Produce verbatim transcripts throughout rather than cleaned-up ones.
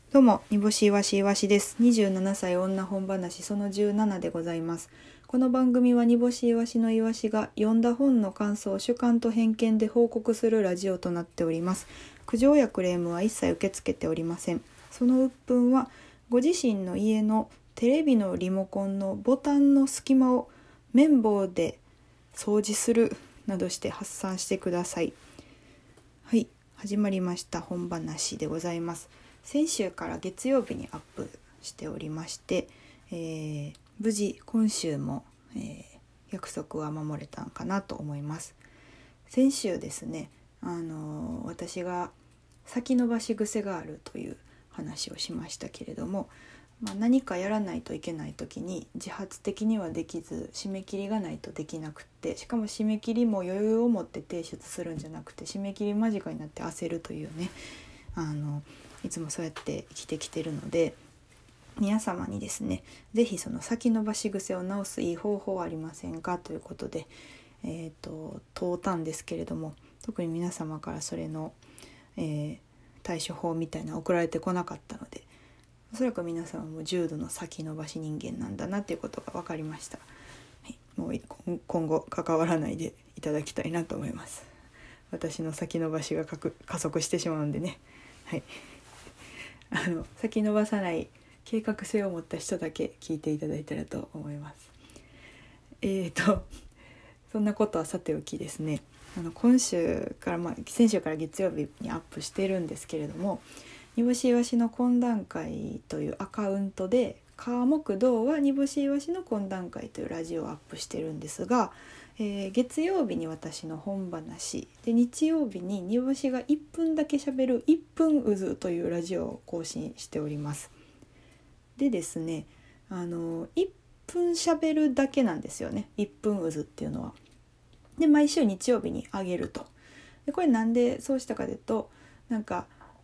どうも、煮干しいわしいわしです。にじゅうななさい女本話そのじゅうななでございます。この番組は煮干しいわしのいわしが読んだ本の感想を主観と偏見で報告するラジオとなっております。苦情やクレームは一切受け付けておりません。その鬱憤はご自身の家のテレビのリモコンのボタンの隙間を綿棒で掃除するなどして発散してください。はい、始まりました本話でございます。先週から月曜日にアップしておりまして、えー、無事今週も、えー、約束は守れたんかなと思います。先週ですね、あのー、私が先延ばし癖があるという話をしましたけれども、まあ、何かやらないといけない時に自発的にはできず、締め切りがないとできなくって、しかも締め切りも余裕を持って提出するんじゃなくて、締め切り間近になって焦るというね、あのいつもそうやって生きてきてるので、皆様にですね、ぜひその先延ばし癖を直すいい方法はありませんかということで、えーと、問うたんですけれども、特に皆様からそれの、えー、対処法みたいなの送られてこなかったので、おそらく皆様も重度の先延ばし人間なんだなということが分かりました。はい、もう今後関わらないでいただきたいなと思います。私の先延ばしが加速してしまうんでね。はい、あの先延ばさない計画性を持った人だけ聞いていただいたらと思います。えーとそんなことはさておきですね、あの今週から、まあ、先週から月曜日にアップしてるんですけれども、煮干しいわしの懇談会というアカウントで、火木土は煮干しいわしの懇談会というラジオをアップしてるんですが、えー、月曜日に私の本話で、日曜日に煮干しがいっぷんだけ喋るいっぷん渦というラジオを更新しております。でですね、あのいっぷん喋るだけなんですよね、いっぷん渦っていうのは。で毎週日曜日にあげると。でこれなんでそうしたかというと、なんか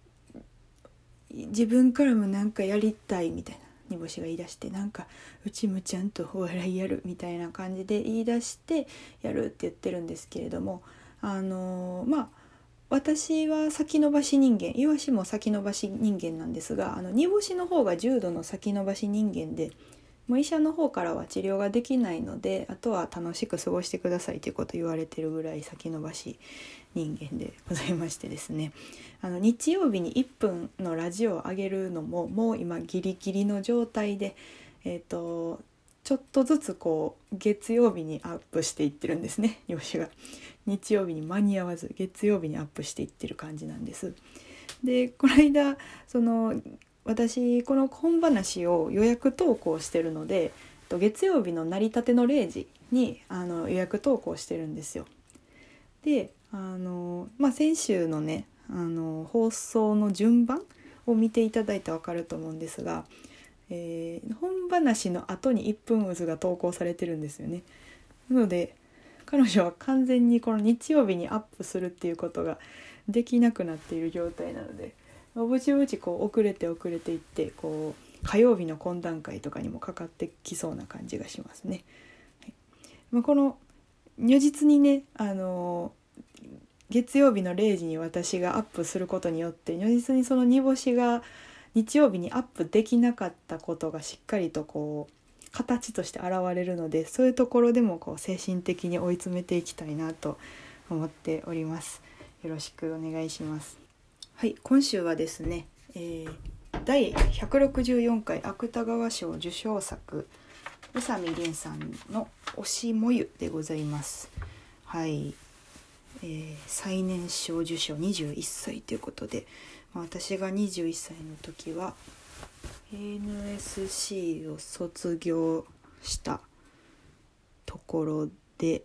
自分からもなんかやりたいみたいな煮干しが言い出して、なんかうちもちゃんとお笑いやるみたいな感じで言い出してやるって言ってるんですけれども、あのー、まあ私は先延ばし人間、イワシも先延ばし人間なんですが、あの煮干しの方が重度の先延ばし人間で、もう医者の方からは治療ができないので、あとは楽しく過ごしてくださいということを言われてるぐらい先延ばし人間でございましてですね、あの日曜日にいっぷんのラジオを上げるのももう今ギリギリの状態で、えーと、ちょっとずつこう月曜日にアップしていってるんですね。よしが日曜日に間に合わず月曜日にアップしていってる感じなんです。でこの間その私この本話を予約投稿してるので、月曜日の成り立てのれいじにあの予約投稿してるんですよ。であの、まあ、先週のねあの放送の順番を見ていただいて分かると思うんですが、えー、本話の後にいっぷん渦が投稿されてるんですよね。なので彼女は完全にこの日曜日にアップするっていうことができなくなっている状態なので、ぼちぼちこう遅れて遅れていって、こう火曜日の懇談会とかにもかかってきそうな感じがしますね。はい、まあ、この如実にね、あのー、月曜日のれいじに私がアップすることによって、如実にその煮干しが日曜日にアップできなかったことがしっかりとこう形として現れるので、そういうところでもこう精神的に追い詰めていきたいなと思っております。よろしくお願いします。はい、今週はですね、えー、だいひゃくろくじゅうよんかい芥川賞受賞作、宇佐美蓮さんの推しもゆでございます。はい、えー、最年少受賞にじゅういっさいということで、まあ、私がにじゅういっさいの時は エヌエスシー を卒業したところで、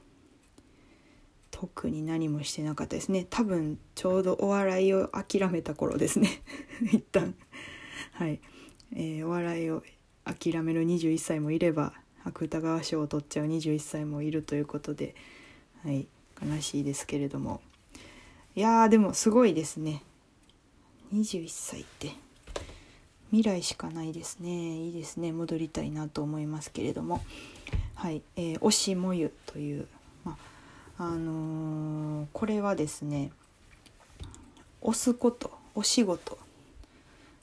特に何もしてなかったですね。多分ちょうどお笑いを諦めた頃ですね一旦はい、えー、お笑いを諦めるにじゅういっさいもいれば、芥川賞を取っちゃうにじゅういっさいもいるということで、はい、悲しいですけれども、いやーでもすごいですね。にじゅういっさいって未来しかないですね。いいですね。戻りたいなと思いますけれども、はい、えー、推しもゆという、まあのー、これはですね、推すこと、お仕事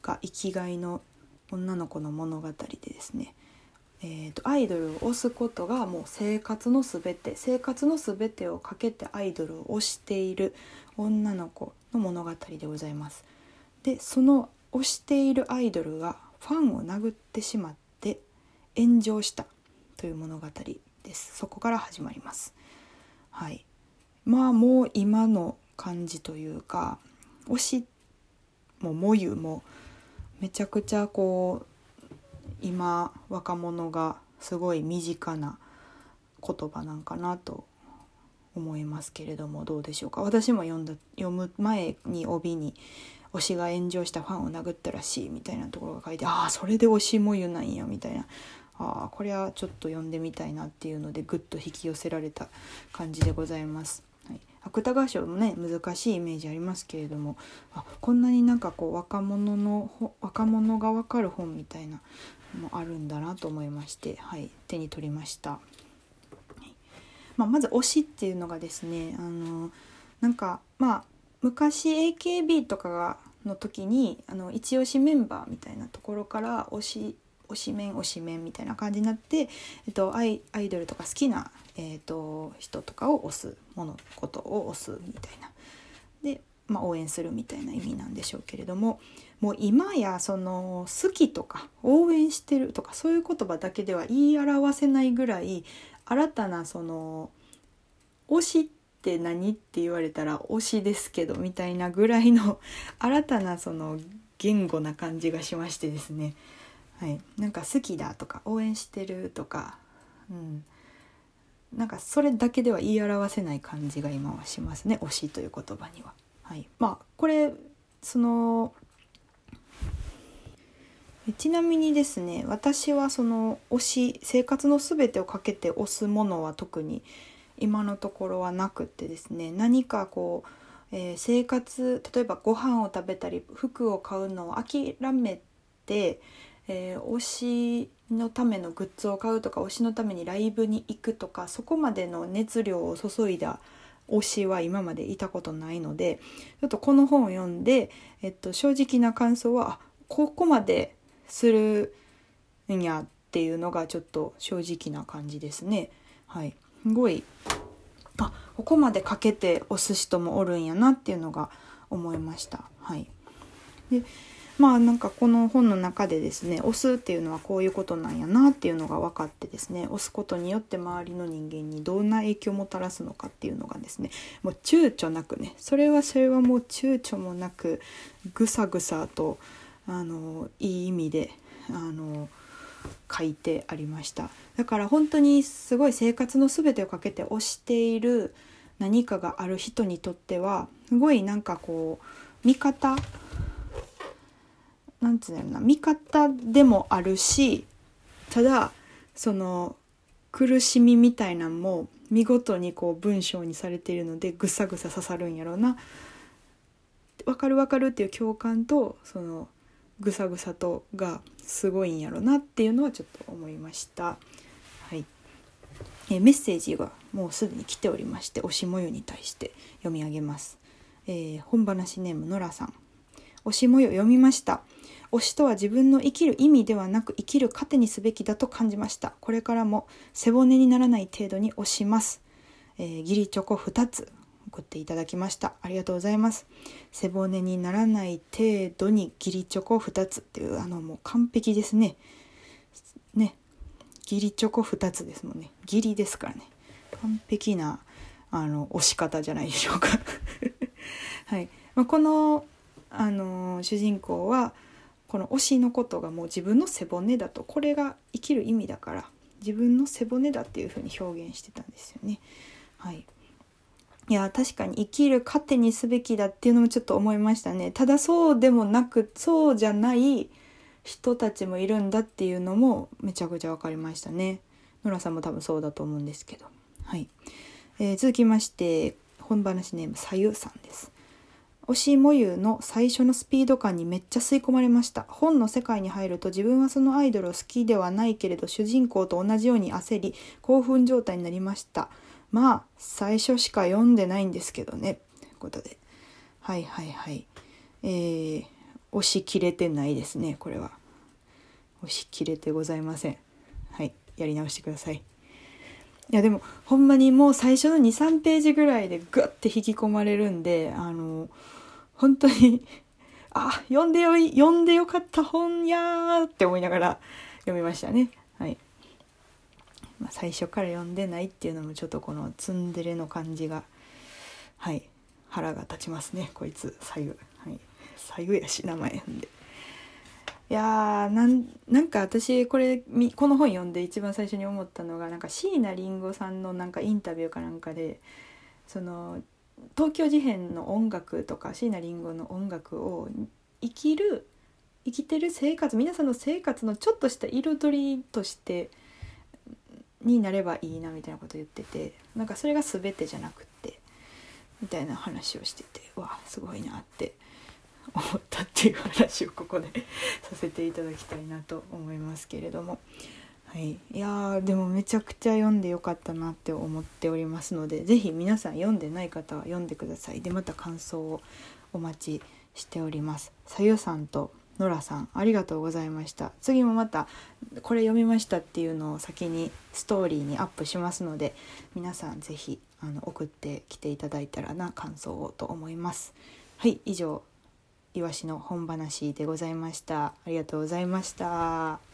か生きがいの女の子の物語でですね、えーと、アイドルを推すことがもう生活のすべて生活のすべてをかけてアイドルを推している女の子の物語でございます。でその推しているアイドルがファンを殴ってしまって炎上したという物語です。そこから始まります。はい、まあもう今の感じというか、推しももゆもめちゃくちゃこう今若者がすごい身近な言葉なんかなと思いますけれども、どうでしょうか。私も読んだ読む前に帯に推しが炎上したファンを殴ったらしいみたいなところが書いて、ああそれで推しもゆなんやみたいな、ああこれはちょっと読んでみたいなっていうのでぐっと引き寄せられた感じでございます。はい、芥川賞もね難しいイメージありますけれども、あこんなになんかこう若者の若者が分かる本みたいなもあるんだなと思いまして、はい、手に取りました。はいまあ、まず推しっていうのがですね、あのなんかまあ昔 エーケービー とかがの時にあの一押しメンバーみたいなところから推し推しメン推しメンみたいな感じになって、えっと、アイ、アイドルとか好きな、えっと、人とかを推すものことを推すみたいなで、まあ、応援するみたいな意味なんでしょうけれども、もう今やその好きとか応援してるとかそういう言葉だけでは言い表せないぐらい、新たなその推しって何って言われたら推しですけどみたいなぐらいの新たなその言語な感じがしましてですね、はい、なんか好きだとか応援してるとか、うん、なんかそれだけでは言い表せない感じが今はしますね、推しという言葉には。はい、まあこれそのちなみにですね、私はその推し生活のすべてをかけて推すものは特に今のところはなくってですね、何かこう、えー、生活例えばご飯を食べたり服を買うのを諦めて、えー、推しのためのグッズを買うとか推しのためにライブに行くとか、そこまでの熱量を注いだ推しは今までいたことないので、ちょっとこの本を読んで、えっと、正直な感想はあここまでするんやっていうのがちょっと正直な感じですね。はい、すごいあここまでかけて推す人もおるんやなっていうのが思いました。はい、でまあなんかこの本の中でですね、推すっていうのはこういうことなんやなっていうのが分かってですね、推すことによって周りの人間にどんな影響をもたらすのかっていうのがですね、もう躊躇なくね、それはそれはもう躊躇もなくぐさぐさとあのいい意味であの書いてありました。だから本当にすごい生活のすべてをかけて推している何かがある人にとってはすごいなんかこう味方なんつうんだろうな、味方でもあるし、ただその苦しみみたいなのも見事にこう文章にされているのでぐさぐさ刺さるんやろうな、わかるわかるっていう共感とそのぐさぐさとがすごいんやろなっていうのはちょっと思いました。はい、えメッセージがもうすでに来ておりまして、推しもゆに対して読み上げます。えー、本話ネームのらさん、推しもゆ読みました。推しとは自分の生きる意味ではなく生きる糧にすべきだと感じました。これからも背骨にならない程度に推します。えー、ギリチョコふたつ送っていただきました。ありがとうございます。背骨にならない程度にギリチョコふたつっていうあのもう完璧ですね。ね、ギリチョコふたつですもんね。ギリですからね。完璧なあの推し方じゃないでしょうか。はい。まあ、このあの主人公はこの推しのことがもう自分の背骨だと、これが生きる意味だから自分の背骨だっていう風に表現してたんですよね。はい。いや確かに生きる糧にすべきだっていうのもちょっと思いましたね。ただそうでもなくそうじゃない人たちもいるんだっていうのもめちゃくちゃ分かりましたね。ノラさんも多分そうだと思うんですけど。はい。えー、続きまして本話ネームさゆさんです。推しもゆの最初のスピード感にめっちゃ吸い込まれました。本の世界に入ると自分はそのアイドルを好きではないけれど主人公と同じように焦り興奮状態になりました。まあ最初しか読んでないんですけどねということで、はいはいはい、えー、 押し切れてないですね。これは押し切れてございません。はい、やり直してください。いやでもほんまにもう最初の に,さん ページぐらいでグッて引き込まれるんで、あの本当にあ、読んでよい読んでよかった本やーって思いながら読みましたね。はい、まあ、最初から読んでないっていうのもちょっとこのツンデレの感じが、はい腹が立ちますね。こいつ左右、はい、左右やし名前なんで。いやーなん、なんか私これこの本読んで一番最初に思ったのが、なんか椎名林檎さんのなんかインタビューかなんかで、その東京事変の音楽とか椎名林檎の音楽を生きる生きてる生活、皆さんの生活のちょっとした彩りとしてになればいいなみたいなこと言ってて、なんかそれが全てじゃなくってみたいな話をしてて、わすごいなって思ったっていう話をここでさせていただきたいなと思いますけれども、はい、いやでもめちゃくちゃ読んでよかったなって思っておりますので、ぜひ皆さん読んでない方は読んでください。でまた感想をお待ちしております。さゆさんとノラさんありがとうございました。次もまたこれ読みましたっていうのを先にストーリーにアップしますので、皆さんぜひあの送ってきていただいたらな感想をと思います。はい、以上いわしの本話でございました。ありがとうございました。